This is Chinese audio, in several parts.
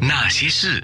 那些事，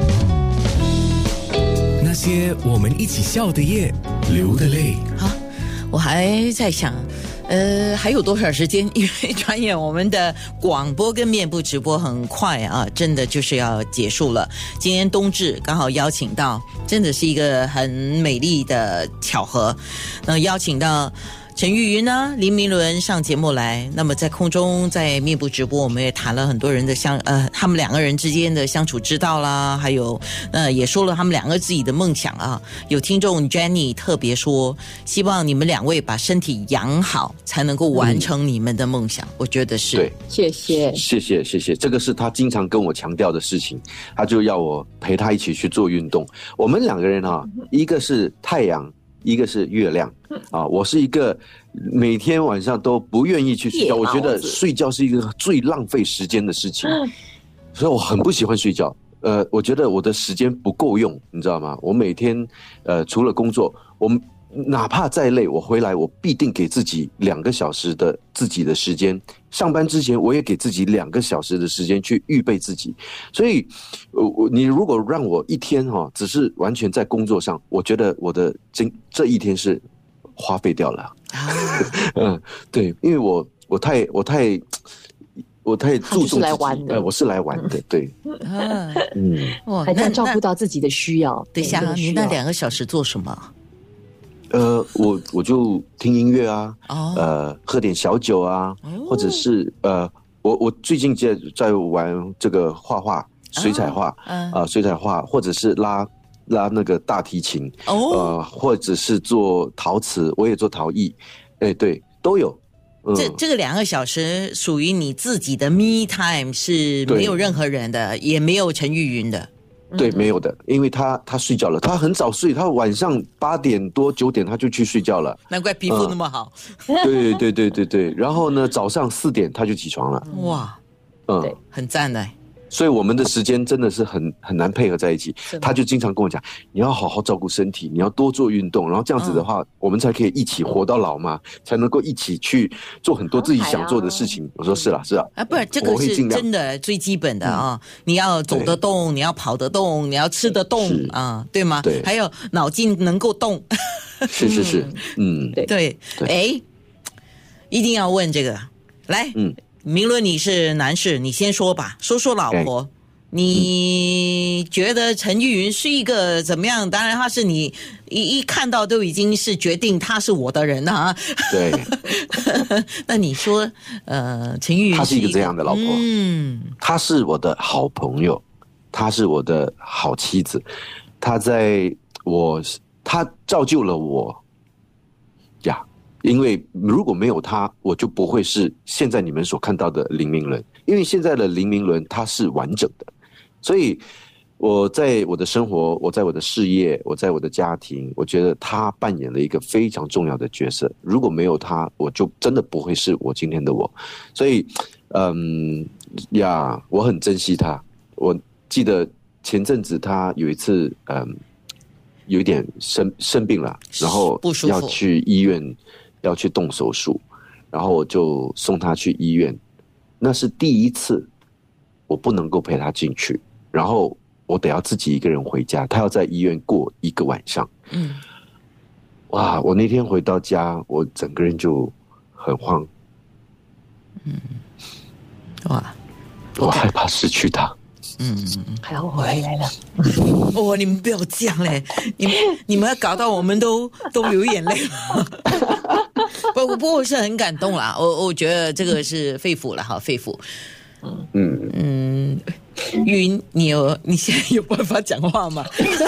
那些我们一起笑的夜，流的泪。 好，我还在想还有多少时间？因为转眼我们的广播跟面部直播很快啊，真的就是要结束了。今天冬至刚好邀请到，真的是一个很美丽的巧合，邀请到陈玉云呢、林明伦上节目来，那么在空中在面部直播，我们也谈了很多人的他们两个人之间的相处之道啦，还有也说了他们两个自己的梦想啊。有听众 Jenny 特别说，希望你们两位把身体养好，才能够完成你们的梦想。我觉得是， 对， 谢谢， 这个是他经常跟我强调的事情，他就要我陪他一起去做运动。我们两个人啊，一个是太阳，一个是月亮啊，我是一个每天晚上都不愿意去睡觉，我觉得睡觉是一个最浪费时间的事情，所以我很不喜欢睡觉。我觉得我的时间不够用，你知道吗？我每天除了工作，我哪怕再累，我回来我必定给自己2个小时的自己的时间。上班之前我也给自己2个小时的时间去预备自己。所以你如果让我一天只是完全在工作上，我觉得我的这一天是花费掉了。对，因为我太注重自己，我是来玩的，对， 还在照顾到自己的需要。 等一下，你那2个小时做什么？ 我就听音乐啊，喝点小酒啊，或者是我最近在玩这个画水彩画，水彩画，或者是拉那个大提琴，或者是做陶瓷，我也做陶艺，对，都有。 这个2个小时属于你自己的 me time， 是没有任何人的，也没有陈玉云的。 对，没有的，因为他睡觉了，他很早睡，他晚上8点多9点他就去睡觉了，难怪皮肤那么好。 对，然后呢，早上4点他就起床了。 哇，对，很赞的。 所以我们的时间真的是很难配合在一起。他就经常跟我讲，你要好好照顾身体，你要多做运动，然后这样子的话，我们才可以一起活到老嘛，才能够一起去做很多自己想做的事情。我说是啦， 不然这个是真的最基本的啊，你要走得动，你要跑得动，你要吃得动啊，对吗？对，还有脑筋能够动。 是， 对，一定要问这个，来，明伦你是男士，你先说吧，说老婆，你觉得陈玉云是一个怎么样？当然他是你一看到都已经是决定他是我的人了啊。对。那你说陈玉云她是一个这样的老婆，她是我的好朋友，她是我的好妻子，她造就了我呀。因为如果没有他，我就不会是现在你们所看到的林明伦。因为现在的林明伦他是完整的，所以我在我的生活，我在我的事业，我在我的家庭，我觉得他扮演了一个非常重要的角色。如果没有他，我就真的不会是我今天的我。所以，我很珍惜他。我记得前阵子他有一次，有一点生病了，然后要去医院。要去动手术，然后我就送他去医院。那是第一次我不能够陪他进去，然后我得要自己一个人回家，他要在医院过1个晚上。哇，我那天回到家，我整个人就很慌。 哇， 我害怕失去他。 还好我回来了。 你们不要这样嘞，你们要搞到我们都流眼泪了。不过我是很感动啦，我觉得这个是肺腑了哈，肺腑。云，你现在有办法讲话吗？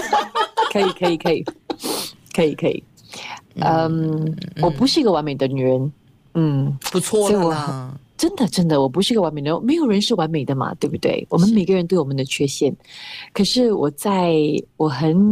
可以。我不是一个完美的女人， 不错啦。 真的，我不是一个完美的人，没有人是完美的嘛，对不对？我们每个人都有我们的缺陷。可是我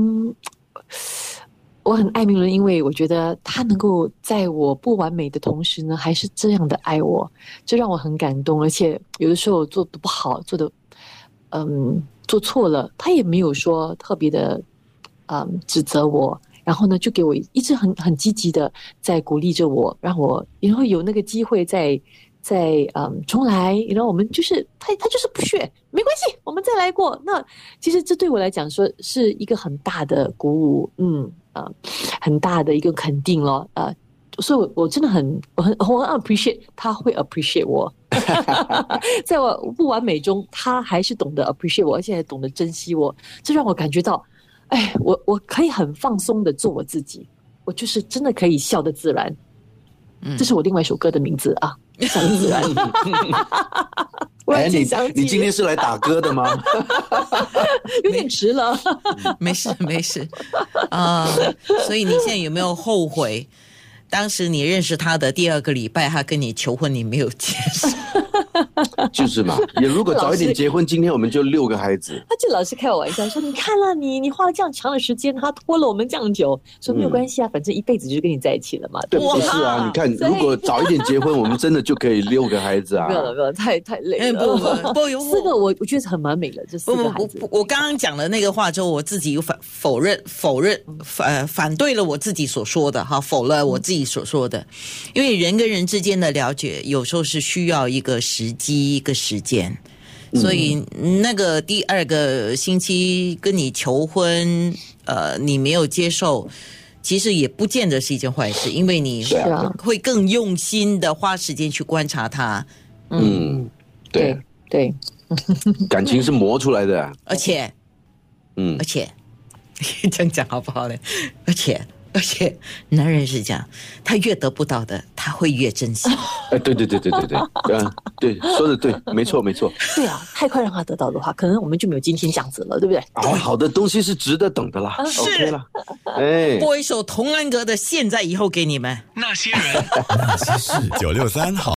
很爱明伦，因为我觉得他能够在我不完美的同时呢，还是这样的爱我，这让我很感动。而且有的时候做的不好，做错了，他也没有说特别的指责我，然后呢就给我一直很积极的在鼓励着我，让我然后有那个机会在重来，然后我们就是他就是不屑，没关系，我们再来过。那其实这对我来讲说是一个很大的鼓舞，很大的一个肯定咯，所以我真的很 appreciate 他会 appreciate 我，在我不完美中，他还是懂得 appreciate 我，而且还懂得珍惜我，这让我感觉到，我可以很放松的做我自己，我就是真的可以笑得自然。这是我另外一首歌的名字啊，笑得自然。 你今天是来打歌的吗？ 有点迟了。 没事所以你现在有没有后悔？当时你认识他的第2个礼拜，他跟你求婚，你没有接受。 就是嘛，也如果早一点结婚，今天我们就6个孩子。 他就老是开我玩笑说：“你看了你花了这样长的时间，他拖了我们这样久，说没有关系啊，反正一辈子就跟你在一起了嘛。” 对，不是啊，你看，如果早一点结婚，我们真的就可以6个孩子啊。 没有，太累了。 不 4个我觉得很完美了，这4个孩子。 我刚刚讲了那个话之后，我自己又反对了我自己所说的哈，否了我自己所说的，因为人跟人之间的了解，有时候是需要一个时机，一个时间。所以那个第2个星期跟你求婚，你没有接受，其实也不见得是一件坏事，因为你会更用心的花时间去观察他。 对，感情是磨出来的， 而且这样讲好不好呢？而且男人是这样，他越得不到的，他会越珍惜。 对，对，说的对，没错。 对啊，太快让他得到的话，可能我们就没有今天这样子了，对不对？ 好的东西是值得等的啦。OK 了， 播一首童安格的《现在以后》给你们。 那些人，那些事，963好。